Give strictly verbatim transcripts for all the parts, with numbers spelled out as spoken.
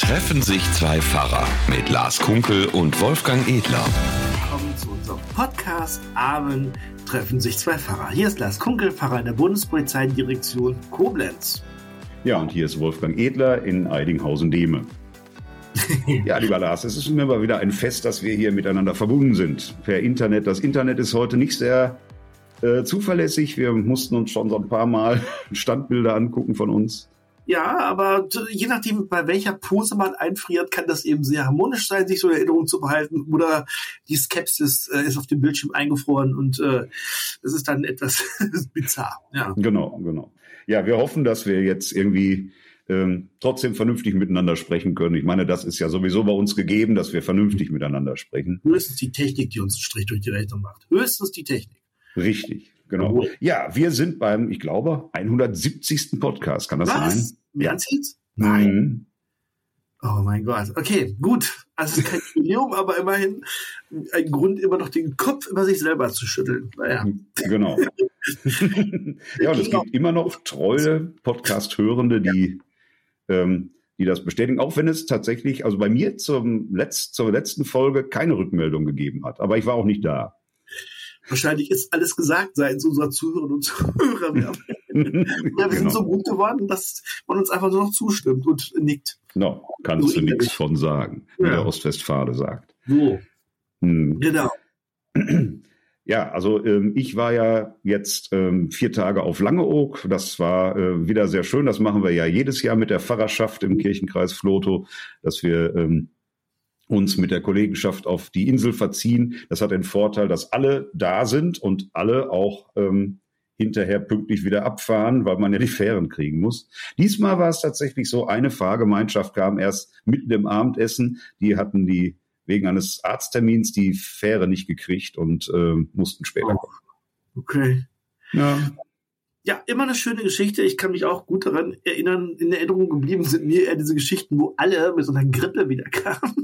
Treffen sich zwei Pfarrer mit Lars Kunkel und Wolfgang Edler. Willkommen zu unserem Podcast Abend treffen sich zwei Pfarrer. Hier ist Lars Kunkel, Pfarrer in der Bundespolizeidirektion Koblenz. Ja, und hier ist Wolfgang Edler in Eidinghausen-Dehme. Ja, lieber Lars, es ist mir mal wieder ein Fest, dass wir hier miteinander verbunden sind. Per Internet. Das Internet ist heute nicht sehr äh, zuverlässig. Wir mussten uns schon so ein paar Mal Standbilder angucken von uns. Ja, aber je nachdem, bei welcher Pose man einfriert, kann das eben sehr harmonisch sein, sich so in Erinnerung zu behalten. Oder die Skepsis äh, ist auf dem Bildschirm eingefroren und äh, das ist dann etwas bizarr. Ja. Genau, genau. Ja, wir hoffen, dass wir jetzt irgendwie ähm, trotzdem vernünftig miteinander sprechen können. Ich meine, das ist ja sowieso bei uns gegeben, dass wir vernünftig miteinander sprechen. Höchstens die Technik, die uns einen Strich durch die Rechnung macht. Höchstens die Technik. Richtig, genau. Ja, wir sind beim, ich glaube, hundertsiebzigsten Podcast. Kann das Was? sein? Mehr als jetzt? Nein. Mhm. Oh mein Gott. Okay, gut. Also es ist kein Jubiläum, aber immerhin ein Grund, immer noch den Kopf über sich selber zu schütteln. Naja. Genau. Ja, und es gibt immer noch treue Podcast-Hörende, die, ähm, die das bestätigen, auch wenn es tatsächlich, also bei mir zum Letz-, zur letzten Folge keine Rückmeldung gegeben hat. Aber ich war auch nicht da. Wahrscheinlich ist alles gesagt seitens unserer Zuhörerinnen und Zuhörer. Wir, haben, ja, wir sind Genau. so gut geworden, dass man uns einfach nur noch zustimmt und nickt. No, kannst So du nichts innerlich. von sagen, wie Ja. der Ostwestfale sagt. So, Hm. genau. Ja, also ähm, ich war ja jetzt ähm, vier Tage auf Langeoog. Das war äh, wieder sehr schön. Das machen wir ja jedes Jahr mit der Pfarrerschaft im Kirchenkreis Vlotho, dass wir ähm, uns mit der Kollegenschaft auf die Insel verziehen. Das hat den Vorteil, dass alle da sind und alle auch ähm, hinterher pünktlich wieder abfahren, weil man ja die Fähren kriegen muss. Diesmal war es tatsächlich so, eine Fahrgemeinschaft kam erst mitten im Abendessen. Die hatten die wegen eines Arzttermins die Fähre nicht gekriegt und äh, mussten später kommen. Okay. Ja. Ja, immer eine schöne Geschichte. Ich kann mich auch gut daran erinnern, in Erinnerung geblieben sind mir eher diese Geschichten, wo alle mit so einer Grippe wieder kamen.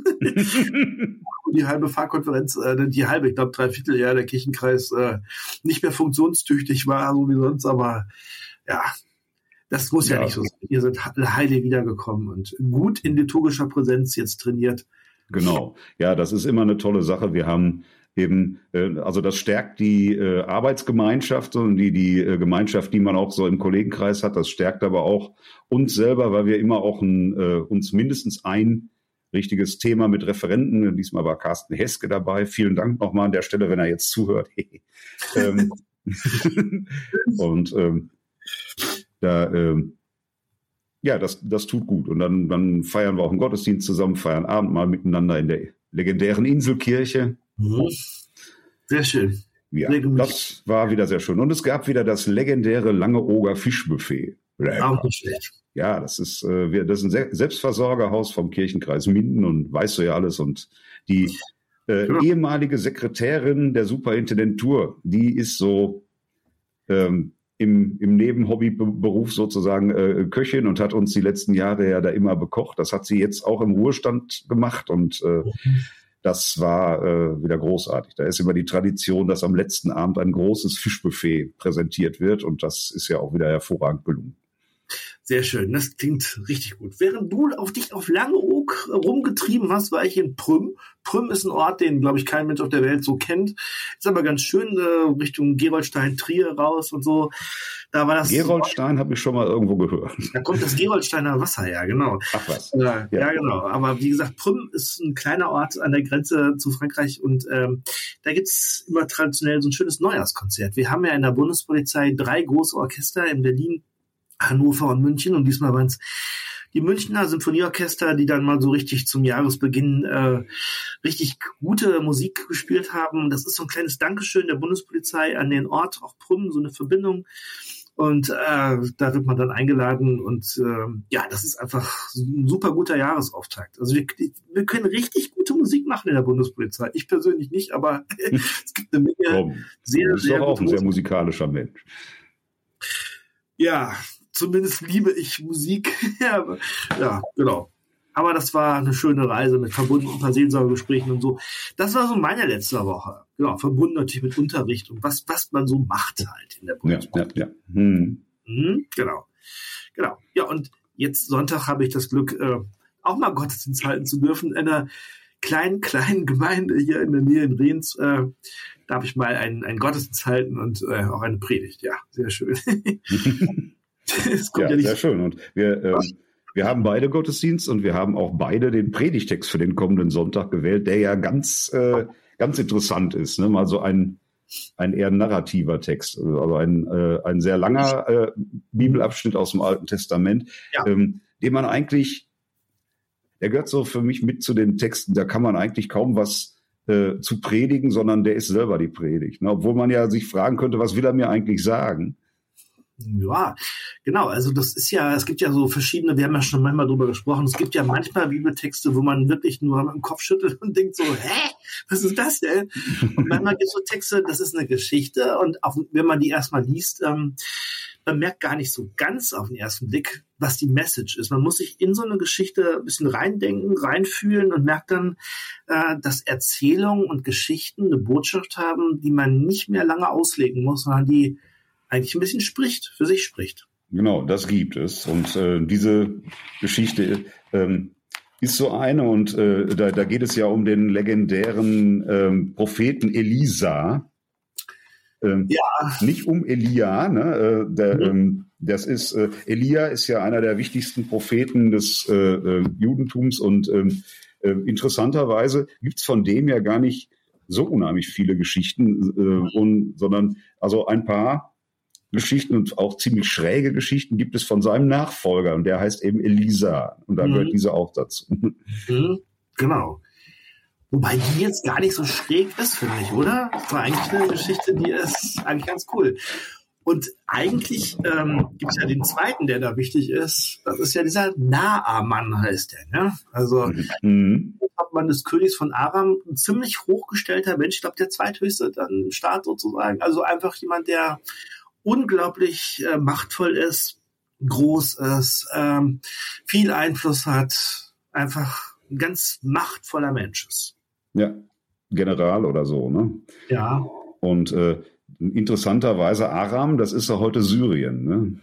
Und die halbe Fahrkonferenz, äh, die halbe, ich glaube drei Viertel eher der Kirchenkreis äh, nicht mehr funktionstüchtig war, so wie sonst. Aber ja, das muss ja, Ja. nicht so sein. Ihr seid heile wiedergekommen und gut in liturgischer Präsenz jetzt trainiert. Genau. Ja, das ist immer eine tolle Sache. Wir haben eben, äh, also das stärkt die äh, Arbeitsgemeinschaft und die, die äh, Gemeinschaft, die man auch so im Kollegenkreis hat. Das stärkt aber auch uns selber, weil wir immer auch ein, äh, uns mindestens ein richtiges Thema mit Referenten, diesmal war Carsten Heske dabei. Vielen Dank nochmal an der Stelle, wenn er jetzt zuhört. ähm, und ähm, da, ähm, ja, das, das tut gut. Und dann, dann feiern wir auch einen Gottesdienst zusammen, feiern Abendmahl miteinander in der legendären Inselkirche. Mhm. Sehr schön. Ja, Sehr gemütlich. das war wieder sehr schön. Und es gab wieder das legendäre Langeoger Fischbuffet. Auch nicht schlecht. Ja, das ist, äh, wir, das ist ein Se- Selbstversorgerhaus vom Kirchenkreis Minden und weißt du ja alles. Und die äh, Genau. ehemalige Sekretärin der Superintendentur, die ist so ähm, im, im Nebenhobbyberuf sozusagen äh, Köchin und hat uns die letzten Jahre ja da immer bekocht. Das hat sie jetzt auch im Ruhestand gemacht und äh, das war äh, wieder großartig. Da ist immer die Tradition, dass am letzten Abend ein großes Fischbuffet präsentiert wird und das ist ja auch wieder hervorragend gelungen. Sehr schön, das klingt richtig gut. Während du auf dich auf Langeoog rumgetrieben hast, war ich in Prüm. Prüm ist ein Ort, den, glaube ich, kein Mensch auf der Welt so kennt. Ist aber ganz schön äh, Richtung Gerolstein, Trier raus und so. Da war das. Gerolstein habe ich schon mal irgendwo gehört. Da kommt das Gerolsteiner Wasser her, genau. Ach was. Ja, Ja. ja, genau. Aber wie gesagt, Prüm ist ein kleiner Ort an der Grenze zu Frankreich und ähm, da gibt's immer traditionell so ein schönes Neujahrskonzert. Wir haben ja in der Bundespolizei drei große Orchester in Berlin, Hannover und München und diesmal waren es die Münchner Symphonieorchester, die dann mal so richtig zum Jahresbeginn äh, richtig gute Musik gespielt haben. Das ist so ein kleines Dankeschön der Bundespolizei an den Ort, auch Prüm, so eine Verbindung. Und äh, da wird man dann eingeladen und äh, ja, das ist einfach ein super guter Jahresauftakt. Also wir, wir können richtig gute Musik machen in der Bundespolizei. Ich persönlich nicht, aber es gibt eine Menge Komm, sehr, du bist sehr doch auch gute ein sehr Musik. musikalischer Mensch. Ja, zumindest liebe ich Musik. ja, aber- ja, genau. Aber das war eine schöne Reise mit verbunden ein paar Seelsorgegesprächen und so. Das war so meine letzte Woche. Genau, verbunden natürlich mit Unterricht und was, was man so macht halt in der Ja, Bundespolizei. ja, ja. Hm. Mhm, genau. Genau. Ja, und jetzt Sonntag habe ich das Glück, äh, auch mal Gottesdienst halten zu dürfen in einer kleinen, kleinen Gemeinde hier in der Nähe in Rehns. Äh, darf ich mal einen, einen Gottesdienst halten und äh, auch eine Predigt. Ja, sehr schön. Das kommt ja, ja nicht sehr schön. Und wir, äh, wir haben beide Gottesdienst und wir haben auch beide den Predigtext für den kommenden Sonntag gewählt, der ja ganz, äh, ganz interessant ist. Ne? Mal so ein, ein eher narrativer Text, also ein, äh, ein sehr langer äh, Bibelabschnitt aus dem Alten Testament, Ja. ähm, den man eigentlich, der gehört so für mich mit zu den Texten, da kann man eigentlich kaum was äh, zu predigen, sondern der ist selber die Predigt. Ne? Obwohl man ja sich fragen könnte, was will er mir eigentlich sagen? Ja, genau. Also das ist ja, es gibt ja so verschiedene, wir haben ja schon manchmal drüber gesprochen, es gibt ja manchmal Bibeltexte, wo man wirklich nur mit dem Kopf schüttelt und denkt so, hä, was ist das denn? Und manchmal gibt es so Texte, das ist eine Geschichte und auch wenn man die erstmal liest, ähm, man merkt gar nicht so ganz auf den ersten Blick, was die Message ist. Man muss sich in so eine Geschichte ein bisschen reindenken, reinfühlen und merkt dann, äh, dass Erzählungen und Geschichten eine Botschaft haben, die man nicht mehr lange auslegen muss, sondern die eigentlich ein bisschen spricht, für sich spricht. Genau, das gibt es. Und äh, diese Geschichte ähm, ist so eine und äh, da, da geht es ja um den legendären ähm, Propheten Elisa. Ähm, Ja. Nicht um Elia, ne? Äh, der, Mhm. ähm, das ist, äh, Elia ist ja einer der wichtigsten Propheten des äh, äh, Judentums und ähm, äh, interessanterweise gibt's von dem ja gar nicht so unheimlich viele Geschichten, äh, und, sondern also ein paar Geschichten und auch ziemlich schräge Geschichten gibt es von seinem Nachfolger und der heißt eben Elisa und da Mhm. gehört diese auch dazu. Mhm. Genau. Wobei die jetzt gar nicht so schräg ist, finde ich, oder? Das war eigentlich eine Geschichte, die ist eigentlich ganz cool. Und eigentlich ähm, gibt es ja den zweiten, der da wichtig ist. Das ist ja dieser Naaman, heißt der. Ne? Also Mhm. Hauptmann des Königs von Aram, ein ziemlich hochgestellter Mensch, ich glaube der zweithöchste dann im Staat sozusagen. Also einfach jemand, der unglaublich äh, machtvoll ist, groß ist, ähm, viel Einfluss hat, einfach ein ganz machtvoller Mensch ist. Ja, General oder so, ne? Ja. Und äh, interessanterweise Aram, das ist ja heute Syrien, ne?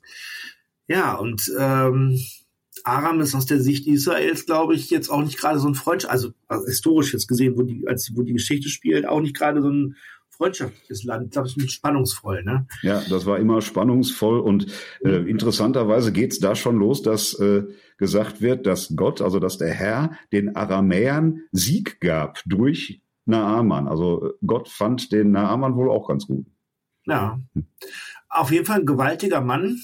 Ja, und ähm, Aram ist aus der Sicht Israels, glaube ich, jetzt auch nicht gerade so ein Freund, also, also historisch jetzt gesehen, wo die, als wo die Geschichte spielt, auch nicht gerade so ein freundschaftliches Land. Ich glaube, es ist spannungsvoll, ne? Ja, das war immer spannungsvoll und äh, interessanterweise geht's da schon los, dass äh, gesagt wird, dass Gott, also dass der Herr den Aramäern Sieg gab durch Naaman. Also Gott fand den Naaman wohl auch ganz gut. Ja, auf jeden Fall ein gewaltiger Mann,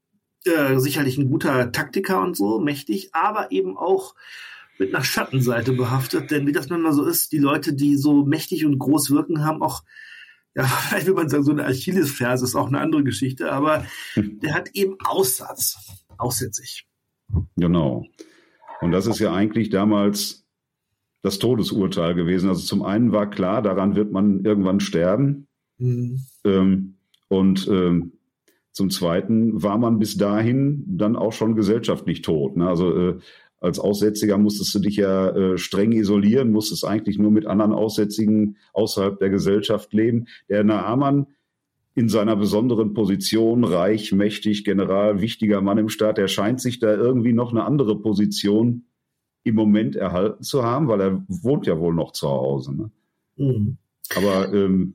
äh, sicherlich ein guter Taktiker und so, mächtig, aber eben auch mit einer Schattenseite behaftet, denn wie das manchmal so ist, die Leute, die so mächtig und groß wirken, haben auch, ja, vielleicht will man sagen, so eine Achillesferse, ist auch eine andere Geschichte, aber der hat eben Aussatz, aussätzig. Genau. Und das ist ja eigentlich damals das Todesurteil gewesen. Also zum einen war klar, daran wird man irgendwann sterben. Mhm. Ähm, und ähm, zum Zweiten war man bis dahin dann auch schon gesellschaftlich tot. Ne? Also äh, als Aussätziger musstest du dich ja äh, streng isolieren, musstest eigentlich nur mit anderen Aussätzigen außerhalb der Gesellschaft leben. Der Naaman in seiner besonderen Position, reich, mächtig, General, wichtiger Mann im Staat, der scheint sich da irgendwie noch eine andere Position im Moment erhalten zu haben, weil er wohnt ja wohl noch zu Hause. Ne? Mhm. Aber ähm,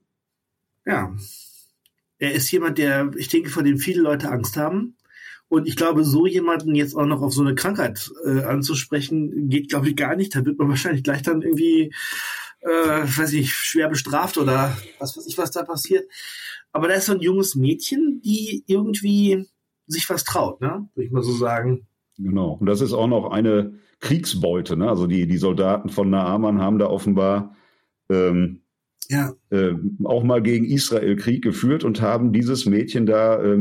ja, er ist jemand, der, ich denke, vor dem viele Leute Angst haben. Und ich glaube, so jemanden jetzt auch noch auf so eine Krankheit äh, anzusprechen, geht, glaube ich, gar nicht. Da wird man wahrscheinlich gleich dann irgendwie, äh, weiß ich, schwer bestraft oder was weiß ich, was da passiert. Aber da ist so ein junges Mädchen, die irgendwie sich was traut, ne? Würde ich mal so sagen. Genau. Und das ist auch noch eine Kriegsbeute. Ne? Also die, die Soldaten von Naaman haben da offenbar ähm, ja. äh, auch mal gegen Israel Krieg geführt und haben dieses Mädchen da äh,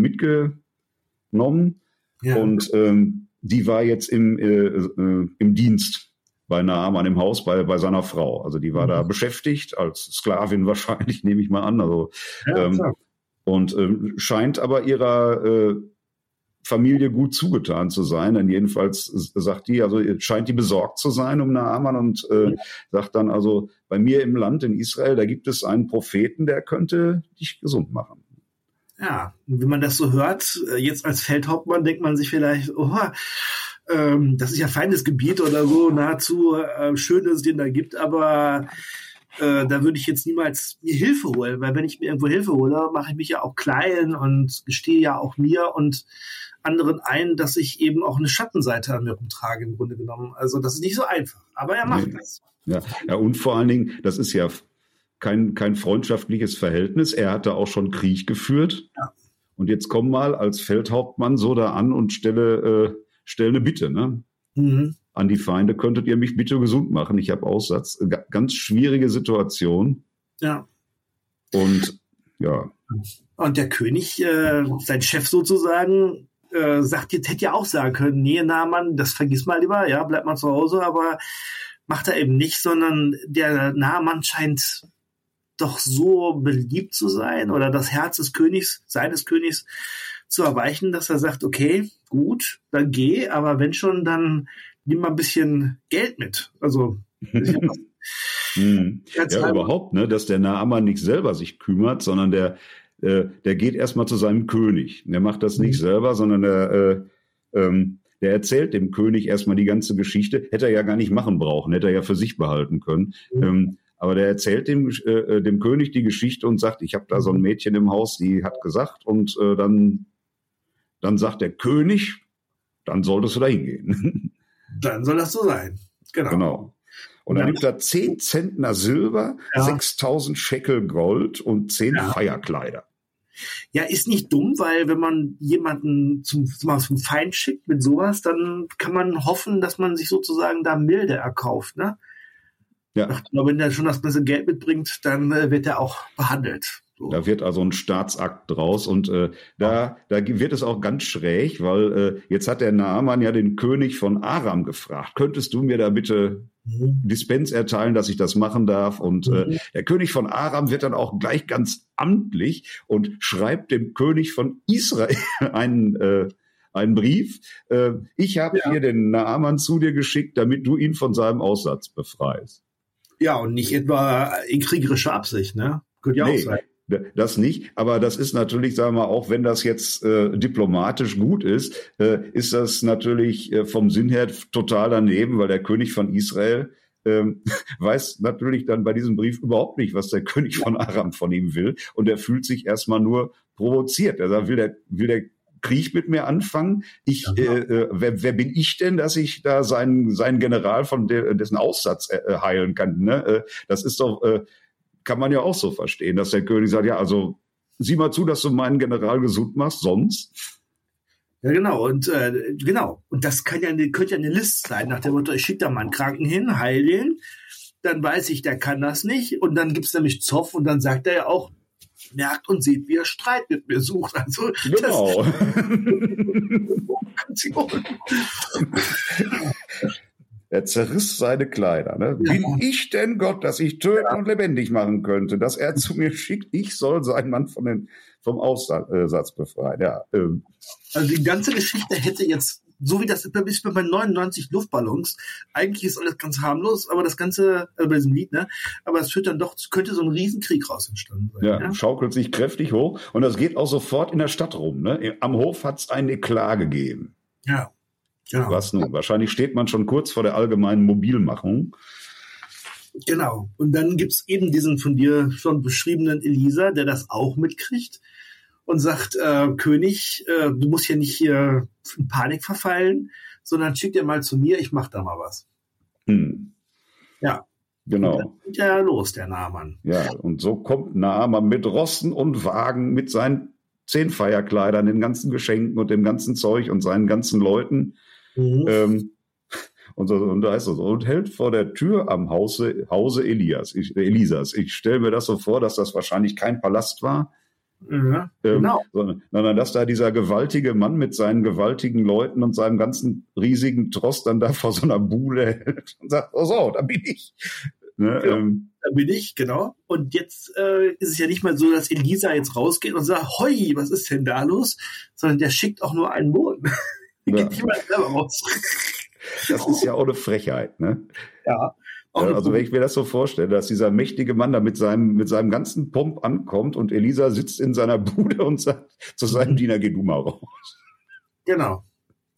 mitgenommen. Ja. Und ähm, die war jetzt im, äh, äh, im Dienst bei Naaman im Haus bei, bei seiner Frau. Also die war mhm. da beschäftigt, als Sklavin wahrscheinlich, nehme ich mal an. Also, ja, ähm, und ähm, scheint aber ihrer äh, Familie gut zugetan zu sein. Denn jedenfalls sagt die, also scheint die besorgt zu sein um Naaman und äh, mhm. sagt dann, also bei mir im Land in Israel, da gibt es einen Propheten, der könnte dich gesund machen. Ja, wenn man das so hört, jetzt als Feldhauptmann denkt man sich vielleicht, oha, ähm, das ist ja Feindesgebiet oder so, nahezu äh, schön, dass es den da gibt, aber äh, da würde ich jetzt niemals mir Hilfe holen, weil wenn ich mir irgendwo Hilfe hole, mache ich mich ja auch klein und gestehe ja auch mir und anderen ein, dass ich eben auch eine Schattenseite an mir rumtrage, im Grunde genommen. Also das ist nicht so einfach, aber er macht nee. das. Ja. ja, und vor allen Dingen, das ist ja kein, kein freundschaftliches Verhältnis. Er hatte auch schon Krieg geführt. Ja. Und jetzt komm mal als Feldhauptmann so da an und stelle, äh, stelle eine Bitte, ne? Mhm. An die Feinde, könntet ihr mich bitte gesund machen? Ich habe Aussatz. G- ganz schwierige Situation. Ja. Und ja. Und der König, äh, sein Chef sozusagen, äh, sagt jetzt, hätte ja auch sagen können, nee, Naaman, das vergiss mal lieber, ja, bleib mal zu Hause, aber macht er eben nicht, sondern der Naaman scheint doch so beliebt zu sein oder das Herz des Königs, seines Königs zu erweichen, dass er sagt, okay, gut, dann geh, aber wenn schon, dann nimm mal ein bisschen Geld mit. Also hm. ja, überhaupt, ne, dass der Naaman nicht selber sich kümmert, sondern der, äh, der geht erstmal zu seinem König. Der macht das nicht mhm. selber, sondern der, äh, ähm, der erzählt dem König erstmal die ganze Geschichte. Hätte er ja gar nicht machen brauchen, hätte er ja für sich behalten können. Mhm. Ähm, aber der erzählt dem, äh, dem König die Geschichte und sagt, ich habe da so ein Mädchen im Haus, die hat gesagt. Und äh, dann, dann sagt der König, dann solltest du da hingehen. Dann soll das so sein. Genau. genau. Und dann nimmt er zehn Zentner Silber, ja. sechstausend Schekel Gold und zehn ja. Feierkleider. Ja, ist nicht dumm, weil wenn man jemanden zum, zum Feind schickt mit sowas, dann kann man hoffen, dass man sich sozusagen da milde erkauft, ne? Ja. Ich glaube, wenn er schon das bisschen Geld mitbringt, dann äh, wird er auch behandelt. So. Da wird also ein Staatsakt draus und äh, da, da wird es auch ganz schräg, weil äh, jetzt hat der Naaman ja den König von Aram gefragt, könntest du mir da bitte mhm. Dispens erteilen, dass ich das machen darf? Und mhm. äh, der König von Aram wird dann auch gleich ganz amtlich und schreibt dem König von Israel einen äh, einen Brief. Äh, ich habe ja. hier den Naaman zu dir geschickt, damit du ihn von seinem Aussatz befreist. Ja, und nicht etwa in kriegerischer Absicht, ne? Könnte ja nee, auch sein. Das nicht, aber das ist natürlich, sagen wir auch, wenn das jetzt äh, diplomatisch gut ist, äh, ist das natürlich äh, vom Sinn her total daneben, weil der König von Israel ähm, weiß natürlich dann bei diesem Brief überhaupt nicht, was der König von Aram von ihm will. Und er fühlt sich erstmal nur provoziert. Er sagt, will der, will der Krieg mit mir anfangen? Ich, ja, äh, äh, wer, wer bin ich denn, dass ich da seinen, seinen General von de, dessen Aussatz äh, heilen kann? Ne? Äh, das ist doch, äh, kann man ja auch so verstehen, dass der König sagt, ja, also sieh mal zu, dass du meinen General gesund machst, sonst. Ja, genau. Und äh, genau. Und das kann ja eine, könnte ja eine Liste sein, nach dem Motto, ich schicke da mal einen Kranken hin, heil den, dann weiß ich, der kann das nicht. Und dann gibt's nämlich Zoff und dann sagt er ja auch, merkt und seht, wie er Streit mit mir sucht. Also, genau. Er zerriss seine Kleider. Ne? Ja. Bin ich denn Gott, dass ich töten ja. und lebendig machen könnte, dass er zu mir schickt, ich soll seinen Mann von den, vom Aussatz befreien. Ja, ähm. Also die ganze Geschichte hätte jetzt, so wie das ist bei neunundneunzig Luftballons, eigentlich ist alles ganz harmlos, aber das Ganze, also bei diesem Lied, ne, aber es führt dann doch, es könnte so ein Riesenkrieg raus entstanden sein. Ja, ja, schaukelt sich kräftig hoch und das geht auch sofort in der Stadt rum. Ne? Am Hof hat es einen Eklat gegeben. Ja. Genau. Was nun? Wahrscheinlich steht man schon kurz vor der allgemeinen Mobilmachung. Genau. Und dann gibt's eben diesen von dir schon beschriebenen Elisa, der das auch mitkriegt und sagt, äh, König, äh, du musst hier nicht hier in Panik verfallen, sondern schick dir mal zu mir, ich mach da mal was. Hm. Ja. Genau. Und dann geht ja los, der Naaman. Ja, und so kommt Naaman mit Rossen und Wagen, mit seinen zehn Feierkleidern, den ganzen Geschenken und dem ganzen Zeug und seinen ganzen Leuten. Mhm. Ähm, und, so, und da ist es und hält vor der Tür am Hause, Hause Elias, ich, Elisas. Ich stelle mir das so vor, dass das wahrscheinlich kein Palast war, ja, genau. ähm, sondern, sondern dass da dieser gewaltige Mann mit seinen gewaltigen Leuten und seinem ganzen riesigen Tross dann da vor so einer Bude hält und sagt, oh so, da bin ich. Ne, genau. ähm, da bin ich, genau. Und jetzt äh, ist es ja nicht mal so, dass Elisa jetzt rausgeht und sagt, hoi, was ist denn da los? Sondern der schickt auch nur einen Boten. Ja. Geht nicht mal selber raus. Das ist ja auch eine Frechheit, ne? Ja. Also wenn ich mir das so vorstelle, dass dieser mächtige Mann da mit seinem, mit seinem ganzen Pomp ankommt und Elisa sitzt in seiner Bude und sagt zu seinem Diener, geh du mal raus. Genau.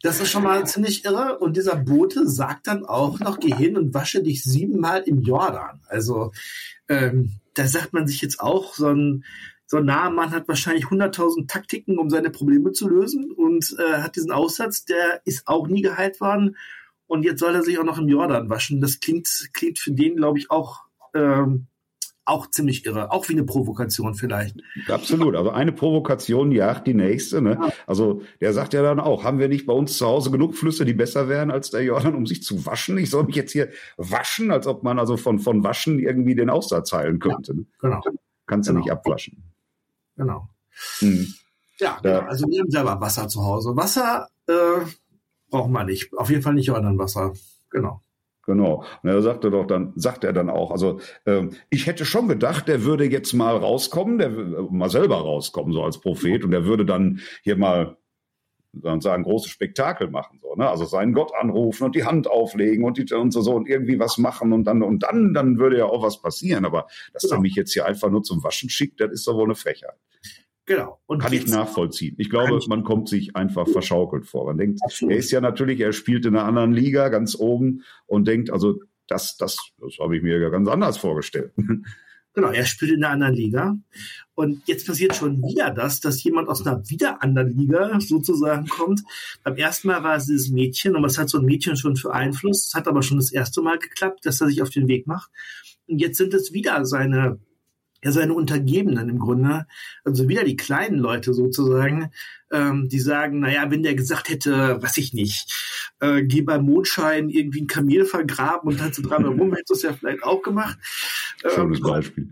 Das ist schon mal ziemlich irre. Und dieser Bote sagt dann auch noch, geh hin und wasche dich siebenmal im Jordan. Also ähm, da sagt man sich jetzt auch, so ein, so ein naher Mann hat wahrscheinlich hunderttausend Taktiken, um seine Probleme zu lösen und äh, hat diesen Aussatz, der ist auch nie geheilt worden. Und jetzt soll er sich auch noch im Jordan waschen. Das klingt, klingt für den, glaube ich, auch... Ähm, auch ziemlich irre, auch wie eine Provokation vielleicht. Absolut, also eine Provokation jagt die nächste. Ne? Ja. Also der sagt ja dann auch, haben wir nicht bei uns zu Hause genug Flüsse, die besser wären als der Jordan, um sich zu waschen? Ich soll mich jetzt hier waschen, als ob man also von, von Waschen irgendwie den Aussatz heilen könnte. Ne? Ja, genau. Kannst du genau. nicht abwaschen. Genau. Hm. Ja, genau. Also wir haben selber Wasser zu Hause. Wasser äh, braucht man nicht. Auf jeden Fall nicht Jordanwasser. Genau. Genau. Und er sagte doch dann, sagt er dann auch, also ähm, ich hätte schon gedacht, der würde jetzt mal rauskommen, der äh, mal selber rauskommen, so als Prophet, und der würde dann hier mal sagen, großes Spektakel machen, so, ne? Also seinen Gott anrufen und die Hand auflegen und, die, und so, so und irgendwie was machen und dann und dann dann würde ja auch was passieren. Aber dass genau. er mich jetzt hier einfach nur zum Waschen schickt, das ist doch wohl eine Frechheit. Genau. Und kann ich nachvollziehen. Ich glaube, man kommt sich einfach verschaukelt vor. Man denkt, absolut. Er ist ja natürlich, er spielt in einer anderen Liga ganz oben und denkt, also das, das, das habe ich mir ja ganz anders vorgestellt. Genau, er spielt in einer anderen Liga. Und jetzt passiert schon wieder das, dass jemand aus einer wieder anderen Liga sozusagen kommt. Beim ersten Mal war es dieses Mädchen, und was hat so ein Mädchen schon für Einfluss? Es hat aber schon das erste Mal geklappt, dass er sich auf den Weg macht. Und jetzt sind es wieder seine Ja, seine Untergebenen im Grunde, also wieder die kleinen Leute sozusagen, ähm, die sagen, naja, wenn der gesagt hätte, weiß ich nicht, äh, geh beim Mondschein irgendwie ein Kamel vergraben und dann zu dran herum, hättest du es ja vielleicht auch gemacht. Schönes ähm, Beispiel.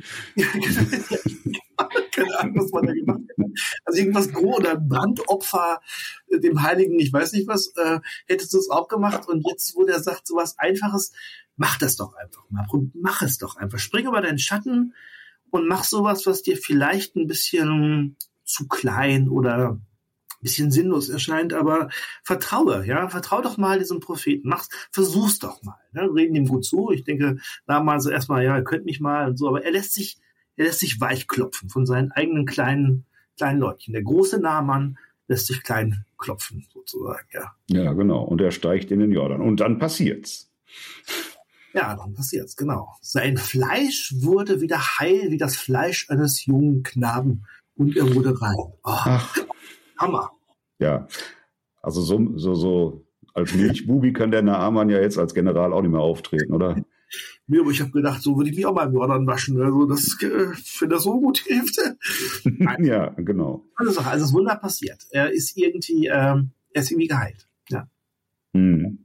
Keine Ahnung, was man da gemacht hätte. Also irgendwas Gros oder ein Brandopfer dem Heiligen, ich weiß nicht was, äh, hättest du es auch gemacht. Und jetzt, wo der sagt, sowas Einfaches, mach das doch einfach mal, mach es doch einfach. Spring über deinen Schatten und mach sowas, was dir vielleicht ein bisschen zu klein oder ein bisschen sinnlos erscheint, aber vertraue, ja, vertraue doch mal diesem Propheten, mach's, versuch's doch mal, ne? Reden ihm gut zu. Ich denke, damals erstmal, ja, ihr könnt mich mal und so, aber er lässt sich, er lässt sich weichklopfen von seinen eigenen kleinen, kleinen Leutchen. Der große Nahmann lässt sich klein klopfen, sozusagen, ja. Ja, genau. Und er steigt in den Jordan. Und dann passiert's. Ja, dann passiert's, genau. Sein Fleisch wurde wieder heil wie das Fleisch eines jungen Knaben und er wurde rein. Oh, Ach. Hammer. Ja, also so, so, so als Milchbubi kann der Naaman ja jetzt als General auch nicht mehr auftreten, oder? Mir, aber ich habe gedacht, so würde ich mich auch mal im Jordan waschen. Also das, wenn das so gut hilft. Ja, genau. Also es ist Wunder passiert. Er ist irgendwie, ähm, er ist irgendwie geheilt. Ja. Hm.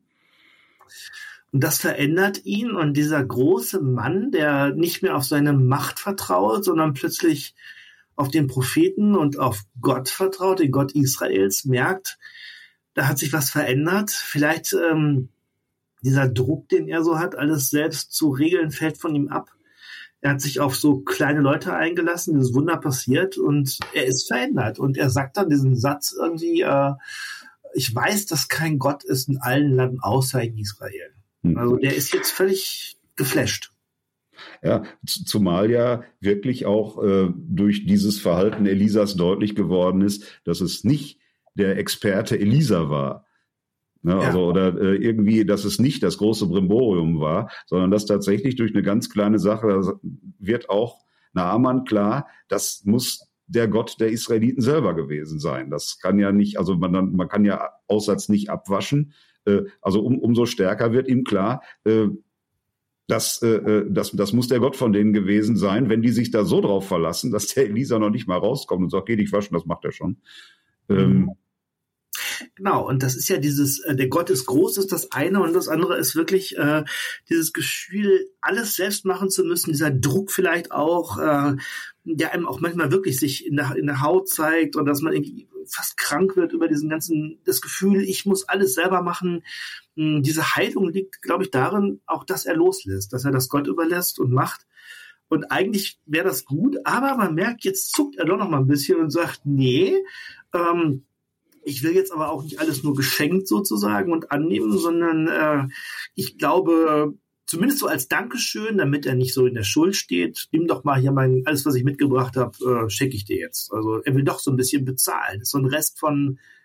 Und das verändert ihn und dieser große Mann, der nicht mehr auf seine Macht vertraut, sondern plötzlich auf den Propheten und auf Gott vertraut, den Gott Israels, merkt, da hat sich was verändert. Vielleicht ähm, dieser Druck, den er so hat, alles selbst zu regeln, fällt von ihm ab. Er hat sich auf so kleine Leute eingelassen, dieses Wunder passiert und er ist verändert. Und er sagt dann diesen Satz irgendwie, äh, ich weiß, dass kein Gott ist in allen Ländern außer in Israel. Also der ist jetzt völlig geflasht. Ja, zumal ja wirklich auch äh, durch dieses Verhalten Elisas deutlich geworden ist, dass es nicht der Experte Elisa war. Ne, ja. Also oder äh, irgendwie, dass es nicht das große Brimborium war, sondern dass tatsächlich durch eine ganz kleine Sache wird auch Naaman klar, das muss der Gott der Israeliten selber gewesen sein. Das kann ja nicht, also man, man kann ja Aussatz nicht abwaschen. Also um, umso stärker wird ihm klar, äh, dass, äh, das, das muss der Gott von denen gewesen sein, wenn die sich da so drauf verlassen, dass der Elisa noch nicht mal rauskommt und sagt, geh dich waschen, das macht er schon. Mhm. Ähm, Genau, und das ist ja dieses, äh, der Gott ist groß, ist das eine, und das andere ist wirklich äh, dieses Gefühl, alles selbst machen zu müssen, dieser Druck vielleicht auch, äh, der einem auch manchmal wirklich sich in der, in der Haut zeigt und dass man irgendwie fast krank wird über diesen ganzen, das Gefühl, ich muss alles selber machen. Hm, diese Heilung liegt, glaube ich, darin, auch dass er loslässt, dass er das Gott überlässt und macht. Und eigentlich wäre das gut, aber man merkt, jetzt zuckt er doch noch mal ein bisschen und sagt, nee, ähm, ich will jetzt aber auch nicht alles nur geschenkt sozusagen und annehmen, sondern äh, ich glaube, zumindest so als Dankeschön, damit er nicht so in der Schuld steht, nimm doch mal hier mein, alles, was ich mitgebracht habe, äh, schenke ich dir jetzt. Also er will doch so ein bisschen bezahlen. Das ist so ein Rest von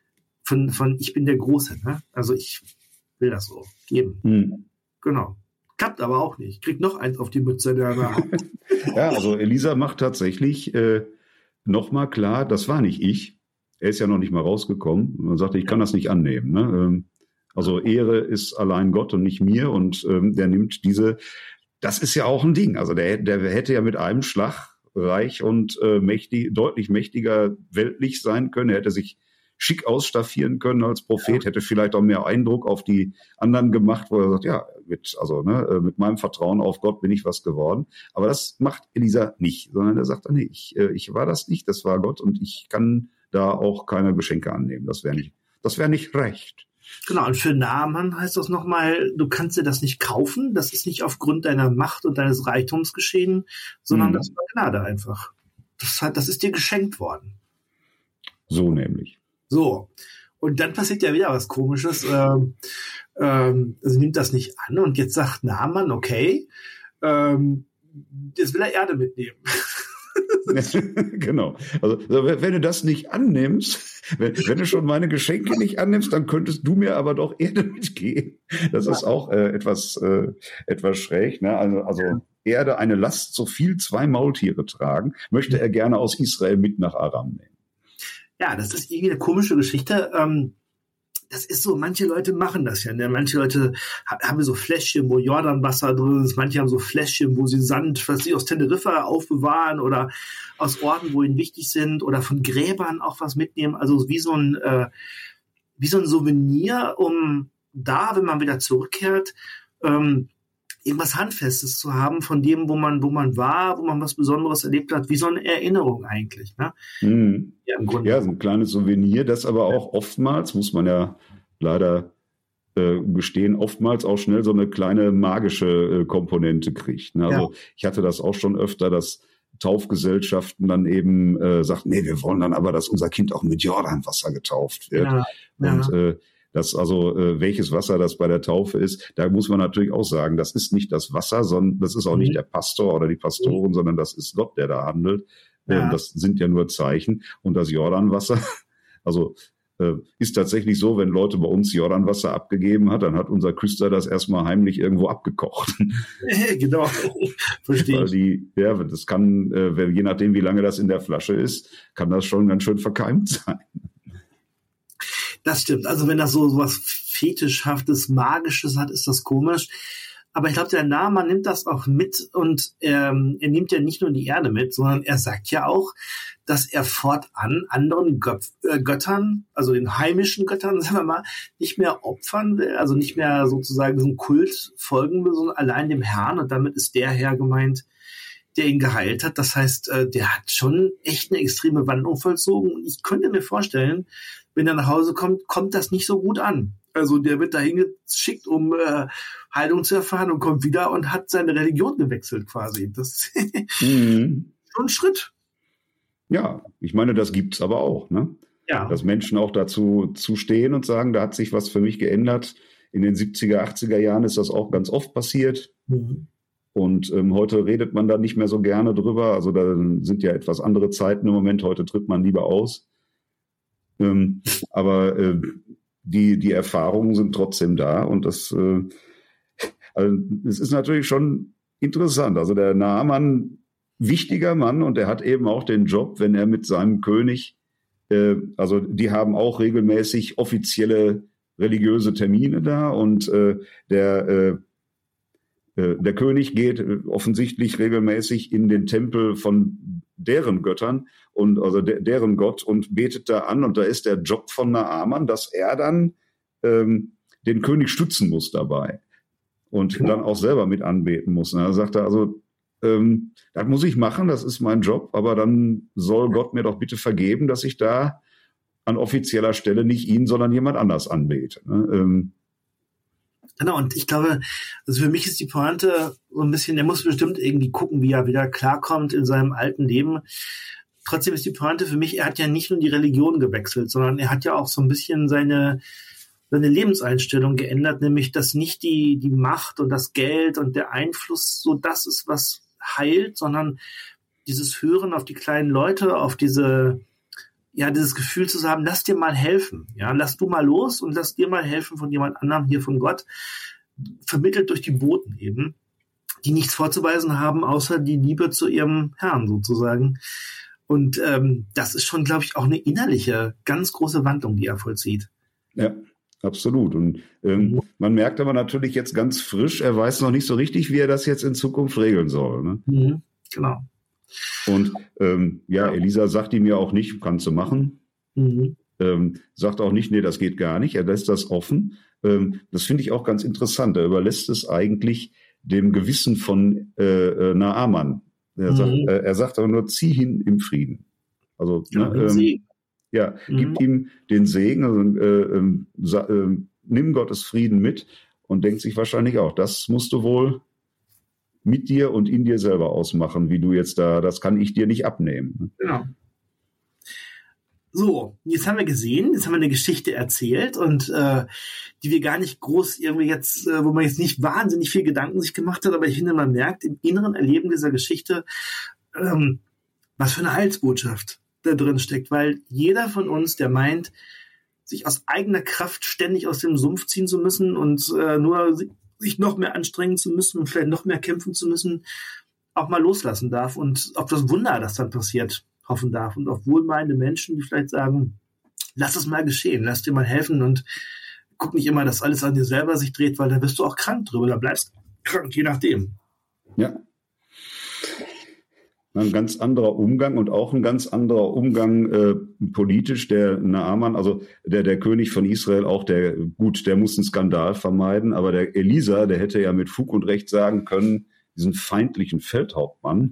von, von ich bin der Große, ne? Also ich will das so geben. Mhm. Genau. Klappt aber auch nicht. Kriegt noch eins auf die Mütze. Der ja, also Elisa macht tatsächlich äh, nochmal klar, das war nicht ich. Er ist ja noch nicht mal rausgekommen. Und er sagte, ich kann das nicht annehmen. Ne? Ähm, also Ehre ist allein Gott und nicht mir. Und ähm, der nimmt diese, das ist ja auch ein Ding. Also der, der hätte ja mit einem Schlag reich und äh, mächtig, deutlich mächtiger weltlich sein können. Er hätte sich schick ausstaffieren können als Prophet, hätte vielleicht auch mehr Eindruck auf die anderen gemacht, wo er sagt, ja, mit, also, ne, mit meinem Vertrauen auf Gott bin ich was geworden. Aber das macht Elisa nicht, sondern er sagt, nee, ich, ich war das nicht, das war Gott und ich kann da auch keine Geschenke annehmen. Das wäre nicht, das wäre nicht recht. Genau, und für Naaman heißt das nochmal, du kannst dir das nicht kaufen, das ist nicht aufgrund deiner Macht und deines Reichtums geschehen, sondern hm. das war Gnade einfach. Das hat, das ist dir geschenkt worden. So nämlich. So, und dann passiert ja wieder was Komisches. Ähm, ähm, sie nimmt das nicht an und jetzt sagt Naaman, okay, ähm, jetzt will er Erde mitnehmen. Genau. Also wenn du das nicht annimmst, wenn, wenn du schon meine Geschenke nicht annimmst, dann könntest du mir aber doch Erde mitgeben. Das ja. ist auch äh, etwas, äh, etwas schräg. Ne? Also, also Erde, eine Last, so viel zwei Maultiere tragen, möchte er gerne aus Israel mit nach Aram nehmen. Ja, das ist irgendwie eine komische Geschichte. Ähm, das ist so, manche Leute machen das ja. Ne? Manche Leute haben so Fläschchen, wo Jordanwasser drin ist. Manche haben so Fläschchen, wo sie Sand, was sie aus Teneriffa aufbewahren oder aus Orten, wo ihnen wichtig sind oder von Gräbern auch was mitnehmen. Also wie so ein, äh, wie so ein Souvenir, um da, wenn man wieder zurückkehrt, ähm, irgendwas Handfestes zu haben von dem, wo man, wo man war, wo man was Besonderes erlebt hat, wie so eine Erinnerung eigentlich. Ne? Mhm. Ja, im Grunde. Ja, so ein kleines Souvenir, das aber auch oftmals, muss man ja leider äh, gestehen, oftmals auch schnell so eine kleine magische äh, Komponente kriegt. Ne? Also ja. Ich hatte das auch schon öfter, dass Taufgesellschaften dann eben äh, sagten, nee, wir wollen dann aber, dass unser Kind auch mit Jordanwasser getauft wird. Ja. Ja. Und äh, Das also äh, welches Wasser das bei der Taufe ist, da muss man natürlich auch sagen, das ist nicht das Wasser, sondern das ist auch mhm. nicht der Pastor oder die Pastoren, mhm. sondern das ist Gott, der da handelt. Ja. Ähm, das sind ja nur Zeichen. Und das Jordanwasser, also äh, ist tatsächlich so, wenn Leute bei uns Jordanwasser abgegeben hat, dann hat unser Küster das erstmal heimlich irgendwo abgekocht. Genau, verstehe ich. Die, ja, das kann, äh, je nachdem, wie lange das in der Flasche ist, kann das schon ganz schön verkeimt sein. Das stimmt. Also wenn das so, so was Fetischhaftes, Magisches hat, ist das komisch. Aber ich glaube, der Naaman nimmt das auch mit und ähm, er nimmt ja nicht nur die Erde mit, sondern er sagt ja auch, dass er fortan anderen Gö- äh, Göttern, also den heimischen Göttern, sagen wir mal, nicht mehr opfern will, also nicht mehr sozusagen diesem Kult folgen will, sondern allein dem Herrn. Und damit ist der Herr gemeint, der ihn geheilt hat. Das heißt, äh, der hat schon echt eine extreme Wandlung vollzogen. Und ich könnte mir vorstellen, wenn er nach Hause kommt, kommt das nicht so gut an. Also der wird dahin geschickt, um äh, Heilung zu erfahren und kommt wieder und hat seine Religion gewechselt quasi. Das ist mhm. schon ein Schritt. Ja, ich meine, das gibt's aber auch, ne? Ja. Dass Menschen auch dazu zu stehen und sagen, da hat sich was für mich geändert. In den siebziger, achtziger Jahren ist das auch ganz oft passiert. Mhm. Und ähm, heute redet man da nicht mehr so gerne drüber. Also da sind ja etwas andere Zeiten im Moment. Heute tritt man lieber aus. Ähm, aber äh, die, die Erfahrungen sind trotzdem da. Und das, äh, also, es ist natürlich schon interessant. Also der Naaman, wichtiger Mann, und er hat eben auch den Job, wenn er mit seinem König, äh, also die haben auch regelmäßig offizielle religiöse Termine da und äh, der äh, Der König geht offensichtlich regelmäßig in den Tempel von deren Göttern und also de- deren Gott und betet da an. Und da ist der Job von Naaman, dass er dann ähm, den König stützen muss dabei und genau. dann auch selber mit anbeten muss. Und da sagt er also, ähm, das muss ich machen, das ist mein Job, aber dann soll Gott mir doch bitte vergeben, dass ich da an offizieller Stelle nicht ihn, sondern jemand anders anbete. Ne? Ähm, Genau, und ich glaube, also für mich ist die Pointe so ein bisschen, der muss bestimmt irgendwie gucken, wie er wieder klarkommt in seinem alten Leben. Trotzdem ist die Pointe für mich, er hat ja nicht nur die Religion gewechselt, sondern er hat ja auch so ein bisschen seine, seine Lebenseinstellung geändert, nämlich, dass nicht die, die Macht und das Geld und der Einfluss so das ist, was heilt, sondern dieses Hören auf die kleinen Leute, auf diese, ja, dieses Gefühl zu haben, lass dir mal helfen, ja, lass du mal los und lass dir mal helfen von jemand anderem hier von Gott, vermittelt durch die Boten eben, die nichts vorzuweisen haben, außer die Liebe zu ihrem Herrn sozusagen. Und ähm, das ist schon, glaube ich, auch eine innerliche, ganz große Wandlung, die er vollzieht. Ja, absolut. Und ähm, mhm. man merkt aber natürlich jetzt ganz frisch, er weiß noch nicht so richtig, wie er das jetzt in Zukunft regeln soll. Ne? Mhm, genau. Und ähm, ja, Elisa sagt ihm ja auch nicht, kannst du machen. Mhm. Ähm, sagt auch nicht, nee, das geht gar nicht. Er lässt das offen. Ähm, das finde ich auch ganz interessant. Er überlässt es eigentlich dem Gewissen von äh, Naaman. Er, mhm. sagt, äh, er sagt aber nur, zieh hin im Frieden. Also ja, ne, ähm, ja mhm. gibt ihm den Segen, also, äh, äh, sa, äh, nimm Gottes Frieden mit und denkt sich wahrscheinlich auch, das musst du wohl mit dir und in dir selber ausmachen, wie du jetzt da, das kann ich dir nicht abnehmen. Genau. So, jetzt haben wir gesehen, jetzt haben wir eine Geschichte erzählt und äh, die wir gar nicht groß irgendwie jetzt, äh, wo man jetzt nicht wahnsinnig viel Gedanken sich gemacht hat, aber ich finde, man merkt im inneren Erleben dieser Geschichte, ähm, was für eine Heilsbotschaft da drin steckt, weil jeder von uns, der meint, sich aus eigener Kraft ständig aus dem Sumpf ziehen zu müssen und äh, nur sich noch mehr anstrengen zu müssen und vielleicht noch mehr kämpfen zu müssen, auch mal loslassen darf und auf das Wunder, das dann passiert, hoffen darf und auf wohlmeinende Menschen, die vielleicht sagen, lass es mal geschehen, lass dir mal helfen und guck nicht immer, dass alles an dir selber sich dreht, weil da wirst du auch krank drüber, da bleibst krank, je nachdem. Ja. Ein ganz anderer Umgang und auch ein ganz anderer Umgang äh, politisch. Der Naaman, also der, der König von Israel, auch der, gut, der muss einen Skandal vermeiden, aber der Elisa, der hätte ja mit Fug und Recht sagen können, diesen feindlichen Feldhauptmann,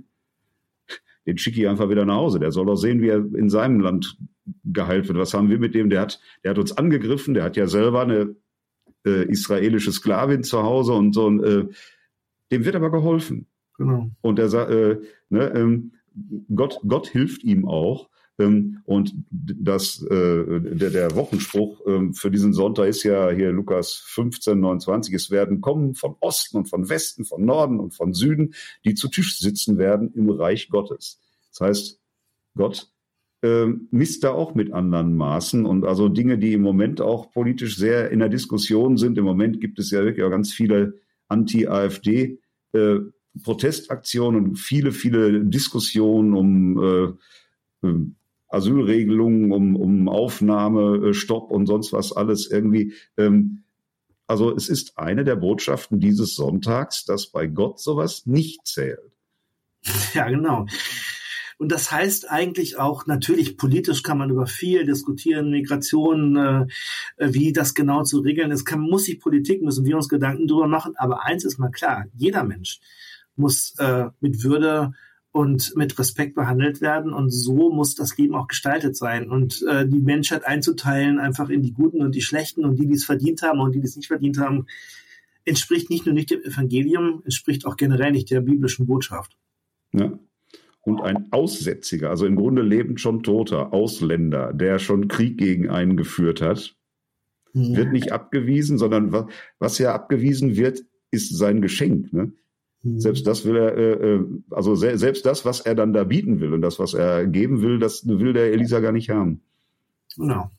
den schicke ich einfach wieder nach Hause. Der soll doch sehen, wie er in seinem Land geheilt wird. Was haben wir mit dem? Der hat, der hat uns angegriffen, der hat ja selber eine äh, israelische Sklavin zu Hause und so. Und, äh, dem wird aber geholfen. Genau. Und er sagt, äh, ne, ähm, Gott, Gott hilft ihm auch. Ähm, und das, äh, der, der Wochenspruch ähm, für diesen Sonntag ist ja hier Lukas fünfzehn, neunundzwanzig. Es werden kommen von Osten und von Westen, von Norden und von Süden, die zu Tisch sitzen werden im Reich Gottes. Das heißt, Gott äh, misst da auch mit anderen Maßen und also Dinge, die im Moment auch politisch sehr in der Diskussion sind. Im Moment gibt es ja wirklich auch ganz viele Anti-AfD äh, Protestaktionen und viele, viele Diskussionen um äh, äh, Asylregelungen, um, um Aufnahme, Stopp und sonst was alles irgendwie. Ähm, also es ist eine der Botschaften dieses Sonntags, dass bei Gott sowas nicht zählt. Ja, genau. Und das heißt eigentlich auch, natürlich politisch kann man über viel diskutieren, Migration, äh, wie das genau zu regeln ist, kann, muss sich Politik, müssen wir uns Gedanken drüber machen. Aber eins ist mal klar, jeder Mensch muss äh, mit Würde und mit Respekt behandelt werden und so muss das Leben auch gestaltet sein und äh, die Menschheit einzuteilen einfach in die Guten und die Schlechten und die, die es verdient haben und die, die es nicht verdient haben, entspricht nicht nur nicht dem Evangelium, entspricht auch generell nicht der biblischen Botschaft. Ja. Und ein Aussätziger, also im Grunde lebend schon toter Ausländer, der schon Krieg gegen einen geführt hat, ja. wird nicht abgewiesen, sondern was, was ja abgewiesen wird, ist sein Geschenk, ne? Selbst das will er, äh, also se- selbst das, was er dann da bieten will und das, was er geben will, das will der Elisa gar nicht haben. Genau.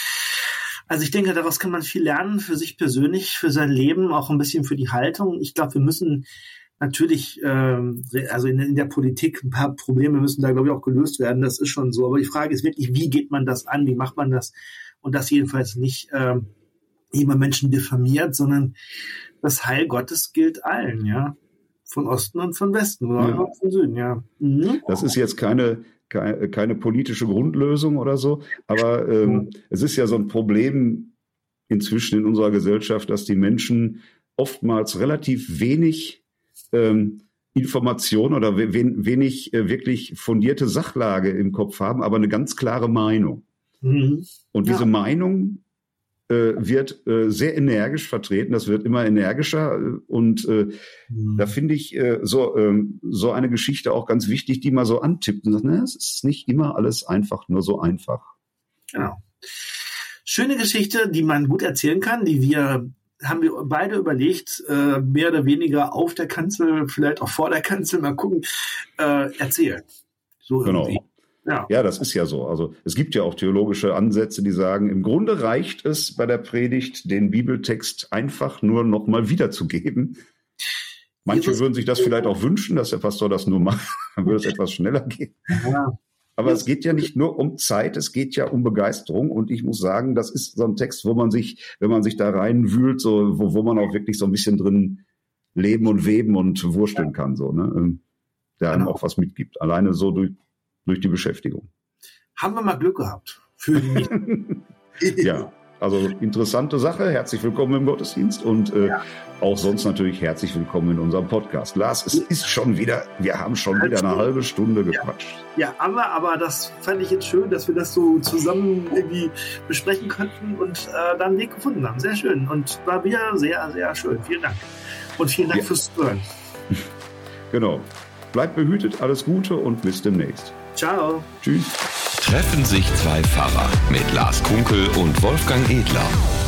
Also ich denke, daraus kann man viel lernen für sich persönlich, für sein Leben, auch ein bisschen für die Haltung. Ich glaube, wir müssen natürlich, ähm, also in, in der Politik ein paar Probleme müssen da, glaube ich, auch gelöst werden. Das ist schon so. Aber die Frage ist wirklich, wie geht man das an? Wie macht man das? Und das jedenfalls nicht ähm, immer Menschen diffamiert, sondern das Heil Gottes gilt allen, ja. Von Osten und von Westen oder ja. von Süden, ja. Mhm. Das ist jetzt keine, keine, keine politische Grundlösung oder so, aber ähm, mhm. es ist ja so ein Problem inzwischen in unserer Gesellschaft, dass die Menschen oftmals relativ wenig ähm, Information oder we- wenig äh, wirklich fundierte Sachlage im Kopf haben, aber eine ganz klare Meinung. Mhm. Und diese ja. Meinung wird äh, sehr energisch vertreten, das wird immer energischer und äh, mhm. da finde ich äh, so, äh, so eine Geschichte auch ganz wichtig, die mal so antippt und sagt, na, es ist nicht immer alles einfach, nur so einfach. Genau. Schöne Geschichte, die man gut erzählen kann, die wir, haben wir beide überlegt, äh, mehr oder weniger auf der Kanzel, vielleicht auch vor der Kanzel, mal gucken, äh, erzählen. So genau. irgendwie. Ja. Ja, das ist ja so. Also es gibt ja auch theologische Ansätze, die sagen, im Grunde reicht es bei der Predigt, den Bibeltext einfach nur nochmal wiederzugeben. Manche Jesus würden sich das vielleicht auch wünschen, dass der Pastor das nur macht, dann würde es etwas schneller gehen. Ja. Aber es geht ja nicht nur um Zeit, es geht ja um Begeisterung. Und ich muss sagen, das ist so ein Text, wo man sich, wenn man sich da reinwühlt, so, wo, wo man auch wirklich so ein bisschen drin leben und weben und wursteln kann, so, ne? Der einem auch was mitgibt. Alleine so durch durch die Beschäftigung. Haben wir mal Glück gehabt. Für die Ja, also interessante Sache. Herzlich willkommen im Gottesdienst und äh, ja. auch sonst natürlich herzlich willkommen in unserem Podcast. Lars, es ist schon wieder, wir haben schon wieder eine halbe Stunde gequatscht. Ja, ja, aber, aber das fand ich jetzt schön, dass wir das so zusammen irgendwie besprechen könnten und äh, dann einen Weg gefunden haben. Sehr schön und war wieder sehr, sehr schön. Vielen Dank. Und vielen Dank ja. fürs Zuhören. Genau. Bleibt behütet, alles Gute und bis demnächst. Ciao. Tschüss. Treffen sich zwei Pfarrer mit Lars Kunkel und Wolfgang Edler.